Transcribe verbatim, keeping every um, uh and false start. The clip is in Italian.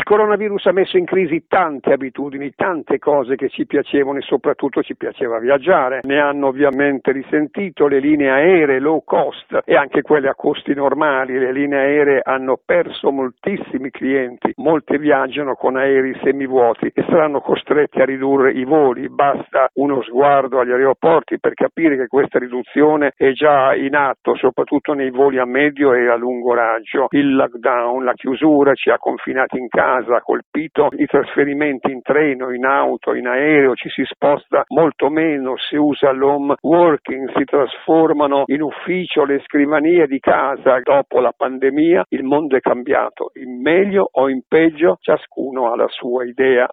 Il coronavirus ha messo in crisi tante abitudini, tante cose che ci piacevano e soprattutto ci piaceva viaggiare. Ne hanno ovviamente risentito le linee aeree low cost e anche quelle a costi normali. Le linee aeree hanno perso moltissimi clienti, molte viaggiano con aerei semivuoti e saranno costretti a ridurre i voli. Basta uno sguardo agli aeroporti per capire che questa riduzione è già in atto, soprattutto nei voli a medio e a lungo raggio. Il lockdown, la chiusura ci ha confinati in casa, ha colpito i trasferimenti in treno, in auto, in aereo, ci si sposta molto meno, si usa l'home working, si trasformano in ufficio le scrivanie di casa. Dopo la pandemia il mondo è cambiato, in meglio o in peggio, ciascuno ha la sua idea.